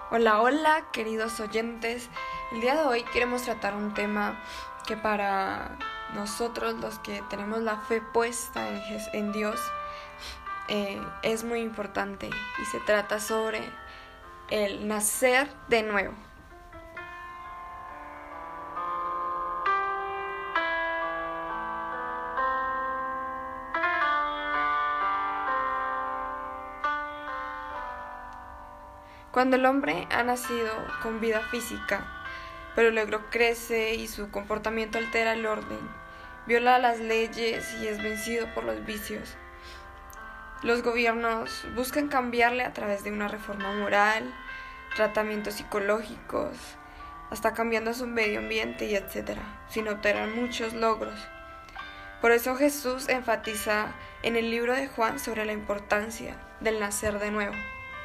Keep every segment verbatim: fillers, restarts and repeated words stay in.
Hola, hola, queridos oyentes. El día de hoy queremos tratar un tema que para nosotros, los que tenemos la fe puesta en, Jes- en Dios, eh, es muy importante y se trata sobre el nacer de nuevo. Cuando el hombre ha nacido con vida física, pero luego crece y su comportamiento altera el orden, viola las leyes y es vencido por los vicios, los gobiernos buscan cambiarle a través de una reforma moral, tratamientos psicológicos, hasta cambiando su medio ambiente y etcétera, sin obtener muchos logros. Por eso Jesús enfatiza en el libro de Juan sobre la importancia del nacer de nuevo.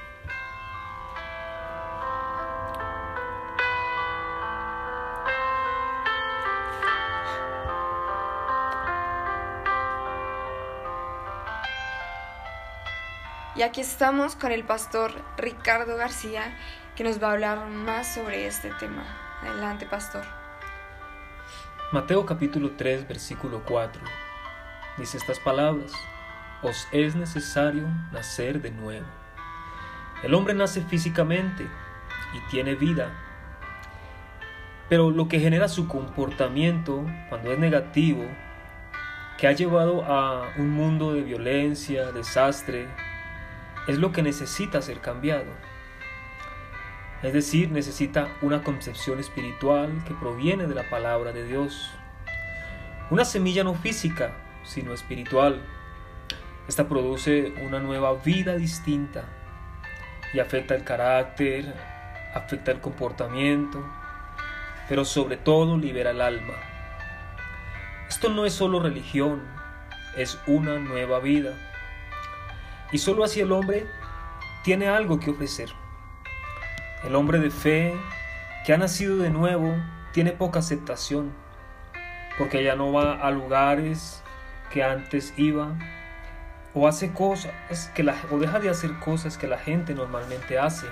Y aquí estamos con el pastor Ricardo García, que nos va a hablar más sobre este tema. Adelante, pastor. Mateo capítulo tres, versículo cuatro, dice estas palabras: os es necesario nacer de nuevo. El hombre nace físicamente y tiene vida, pero lo que genera su comportamiento cuando es negativo, que ha llevado a un mundo de violencia, desastre, es lo que necesita ser cambiado. Es decir, necesita una concepción espiritual que proviene de la palabra de Dios. Una semilla no física, sino espiritual. Esta produce una nueva vida distinta y afecta el carácter, afecta el comportamiento, pero sobre todo libera el alma. Esto no es solo religión, es una nueva vida. Y solo así el hombre tiene algo que ofrecer. El hombre de fe que ha nacido de nuevo tiene poca aceptación, porque ya no va a lugares que antes iba, o hace cosas que la, o deja de hacer cosas que la gente normalmente hace.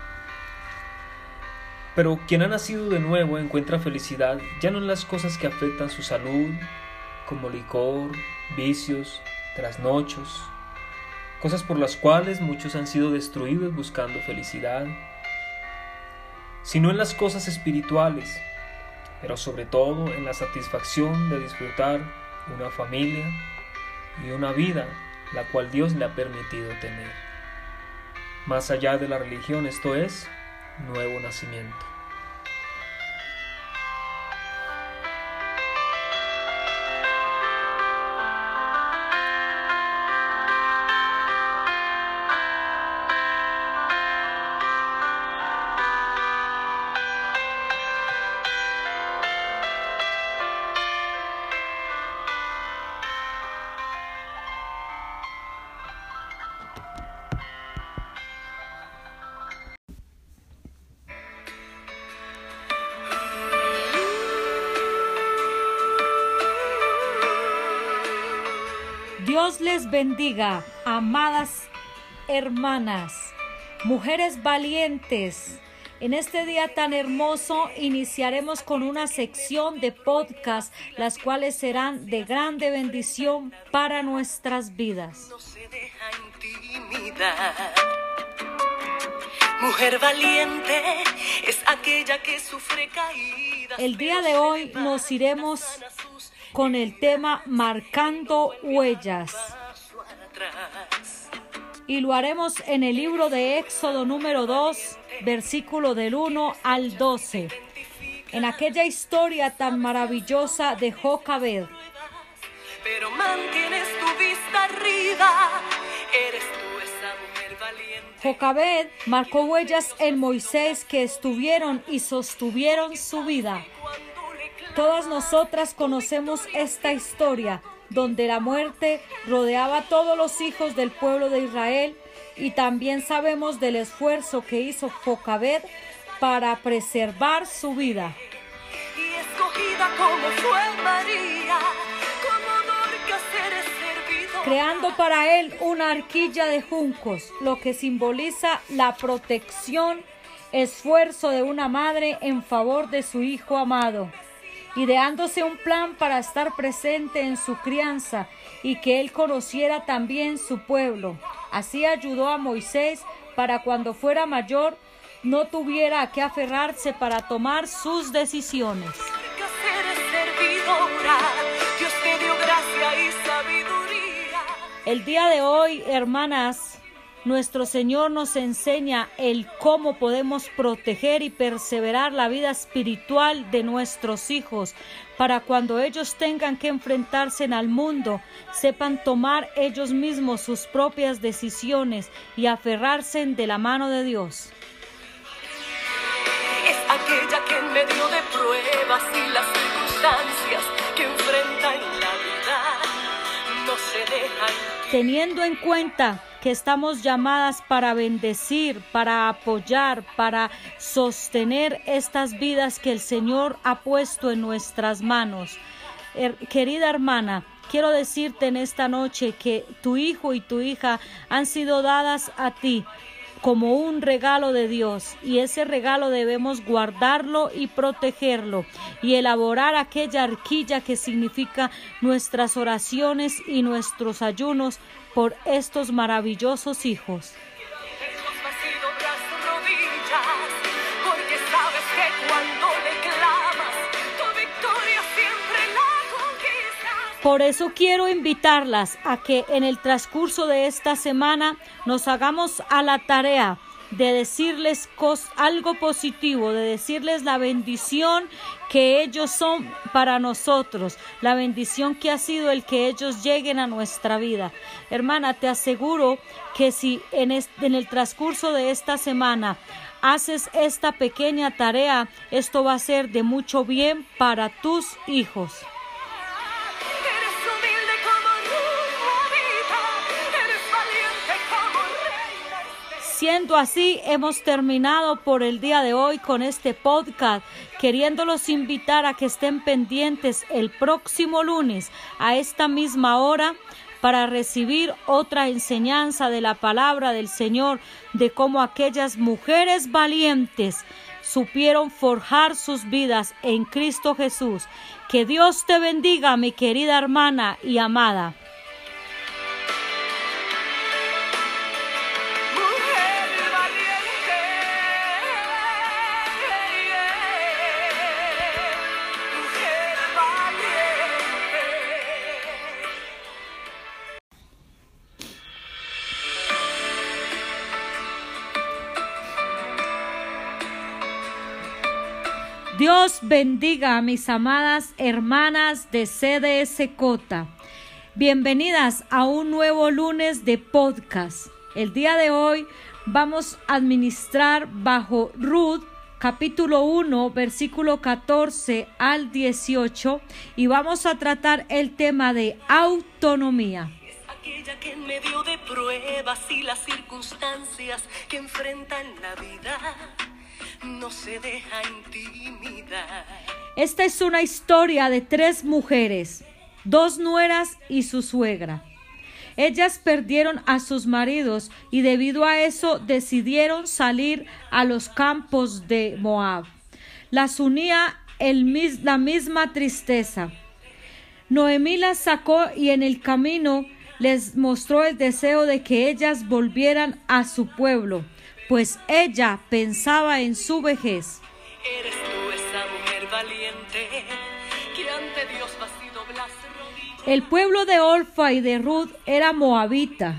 Pero quien ha nacido de nuevo encuentra felicidad ya no en las cosas que afectan su salud, como licor, vicios, trasnochos, cosas por las cuales muchos han sido destruidos buscando felicidad, sino en las cosas espirituales, pero sobre todo en la satisfacción de disfrutar una familia y una vida la cual Dios le ha permitido tener. Más allá de la religión, esto es nuevo nacimiento. Dios les bendiga, amadas hermanas, mujeres valientes. En este día tan hermoso iniciaremos con una sección de podcast, las cuales serán de grande bendición para nuestras vidas. No se deja intimidar. Mujer valiente es aquella que sufre caídas. El día de hoy nos iremos con el tema Marcando Huellas. Y lo haremos en el libro de Éxodo número dos, versículo del uno al doce. En aquella historia tan maravillosa de Jocabed. Pero mantienes tu vista arriba. Eres tú esa mujer valiente. Jocabed marcó huellas en Moisés que estuvieron y sostuvieron su vida. Todas nosotras conocemos esta historia, donde la muerte rodeaba a todos los hijos del pueblo de Israel, y también sabemos del esfuerzo que hizo Jocabed para preservar su vida. Y escogida como fue María, como Dorcas eres servido. Creando para él una arquilla de juncos, lo que simboliza la protección esfuerzo de una madre en favor de su hijo amado, ideándose un plan para estar presente en su crianza y que él conociera también su pueblo. Así ayudó a Moisés para cuando fuera mayor no tuviera a qué aferrarse para tomar sus decisiones. El día de hoy, hermanas, nuestro Señor nos enseña el cómo podemos proteger y perseverar la vida espiritual de nuestros hijos, para cuando ellos tengan que enfrentarse al mundo, sepan tomar ellos mismos sus propias decisiones y aferrarse de la mano de Dios. Es aquella que en medio de pruebas y las circunstancias que enfrenta en la vida, no se deja. Teniendo en cuenta que estamos llamadas para bendecir, para apoyar, para sostener estas vidas que el Señor ha puesto en nuestras manos. Er, querida hermana, quiero decirte en esta noche que tu hijo y tu hija han sido dadas a ti como un regalo de Dios, y ese regalo debemos guardarlo y protegerlo y elaborar aquella arquilla que significa nuestras oraciones y nuestros ayunos por estos maravillosos hijos. Por eso quiero invitarlas a que en el transcurso de esta semana nos hagamos a la tarea de decirles cos- algo positivo, de decirles la bendición que ellos son para nosotros, la bendición que ha sido el que ellos lleguen a nuestra vida. Hermana, te aseguro que si en, este, en el transcurso de esta semana haces esta pequeña tarea, esto va a ser de mucho bien para tus hijos. Siendo así, hemos terminado por el día de hoy con este podcast, queriéndolos invitar a que estén pendientes el próximo lunes a esta misma hora para recibir otra enseñanza de la palabra del Señor, de cómo aquellas mujeres valientes supieron forjar sus vidas en Cristo Jesús. Que Dios te bendiga, mi querida hermana y amada. Dios bendiga a mis amadas hermanas de C D S Cota. Bienvenidas a un nuevo lunes de podcast. El día de hoy vamos a administrar bajo Ruth, capítulo uno, versículo catorce al dieciocho, y vamos a tratar el tema de autonomía. Aquella que en medio de pruebas y las circunstancias que enfrentan la vida, no se deja intimidar. Esta es una historia de tres mujeres, dos nueras y su suegra. Ellas perdieron a sus maridos y debido a eso decidieron salir a los campos de Moab. Las unía el, la misma tristeza. Noemí las sacó y en el camino les mostró el deseo de que ellas volvieran a su pueblo, pues ella pensaba en su vejez. Eres tú esa mujer valiente que ante Dios vas y doblas rodillas. El pueblo de Orfa y de Ruth era moabita.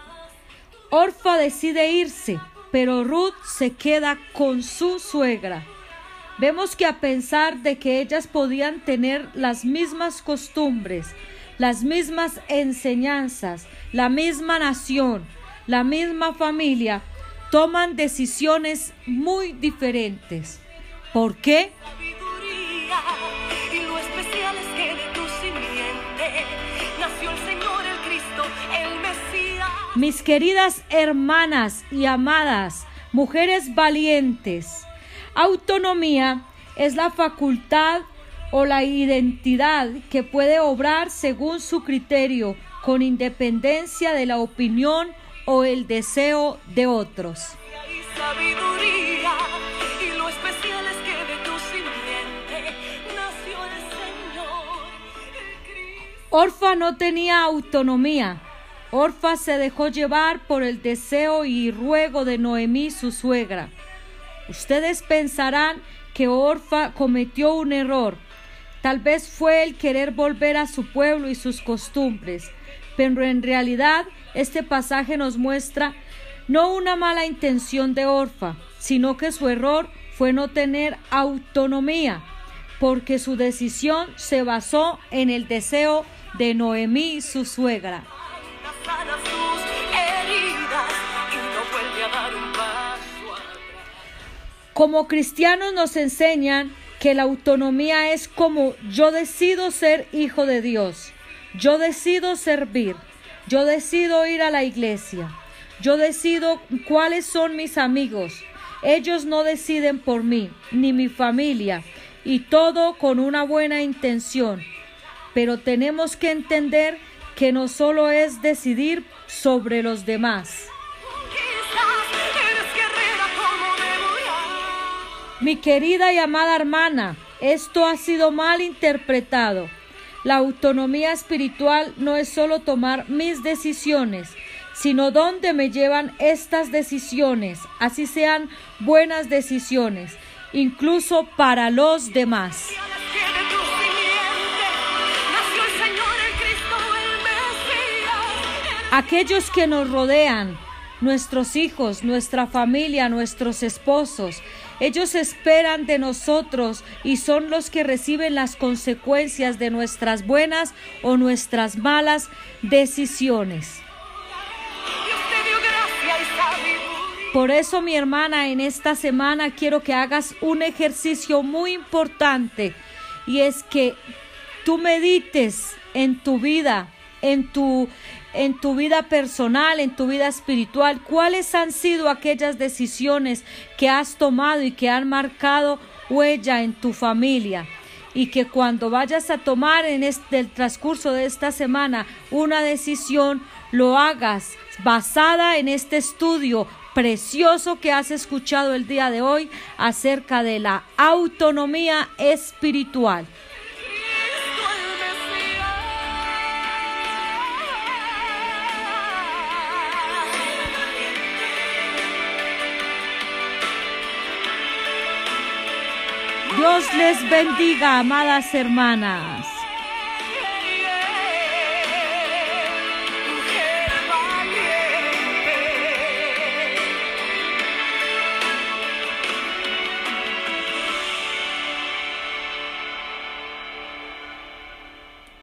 Orfa decide irse, pero Ruth se queda con su suegra. Vemos que a pesar de que ellas podían tener las mismas costumbres, las mismas enseñanzas, la misma nación, la misma familia, toman decisiones muy diferentes. ¿Por qué? Sabiduría, y lo especial es que de tu simiente nació el Señor, el Cristo, el Mesías. Mis queridas hermanas y amadas, mujeres valientes, autonomía es la facultad o la identidad que puede obrar según su criterio, con independencia de la opinión o el deseo de otros. Y sabiduría, Orfa no tenía autonomía. Orfa se dejó llevar por el deseo y ruego de Noemí, su suegra. Ustedes pensarán que Orfa cometió un error. Tal vez fue el querer volver a su pueblo y sus costumbres, pero en realidad este pasaje nos muestra no una mala intención de Orfa, sino que su error fue no tener autonomía, porque su decisión se basó en el deseo de Noemí, su suegra. Como cristianos nos enseñan que la autonomía es como yo decido ser hijo de Dios, yo decido servir, yo decido ir a la iglesia, yo decido cuáles son mis amigos, ellos no deciden por mí, ni mi familia, y todo con una buena intención. Pero tenemos que entender que no solo es decidir sobre los demás. Mi querida y amada hermana, esto ha sido mal interpretado. La autonomía espiritual no es solo tomar mis decisiones, sino dónde me llevan estas decisiones, así sean buenas decisiones, incluso para los demás. Aquellos que nos rodean, nuestros hijos, nuestra familia, nuestros esposos, ellos esperan de nosotros y son los que reciben las consecuencias de nuestras buenas o nuestras malas decisiones. Por eso, mi hermana, en esta semana quiero que hagas un ejercicio muy importante, y es que tú medites en tu vida, en tu en tu vida personal, en tu vida espiritual, cuáles han sido aquellas decisiones que has tomado y que han marcado huella en tu familia, y que cuando vayas a tomar en este, el transcurso de esta semana una decisión, lo hagas basada en este estudio precioso que has escuchado el día de hoy acerca de la autonomía espiritual. Dios les bendiga, amadas hermanas.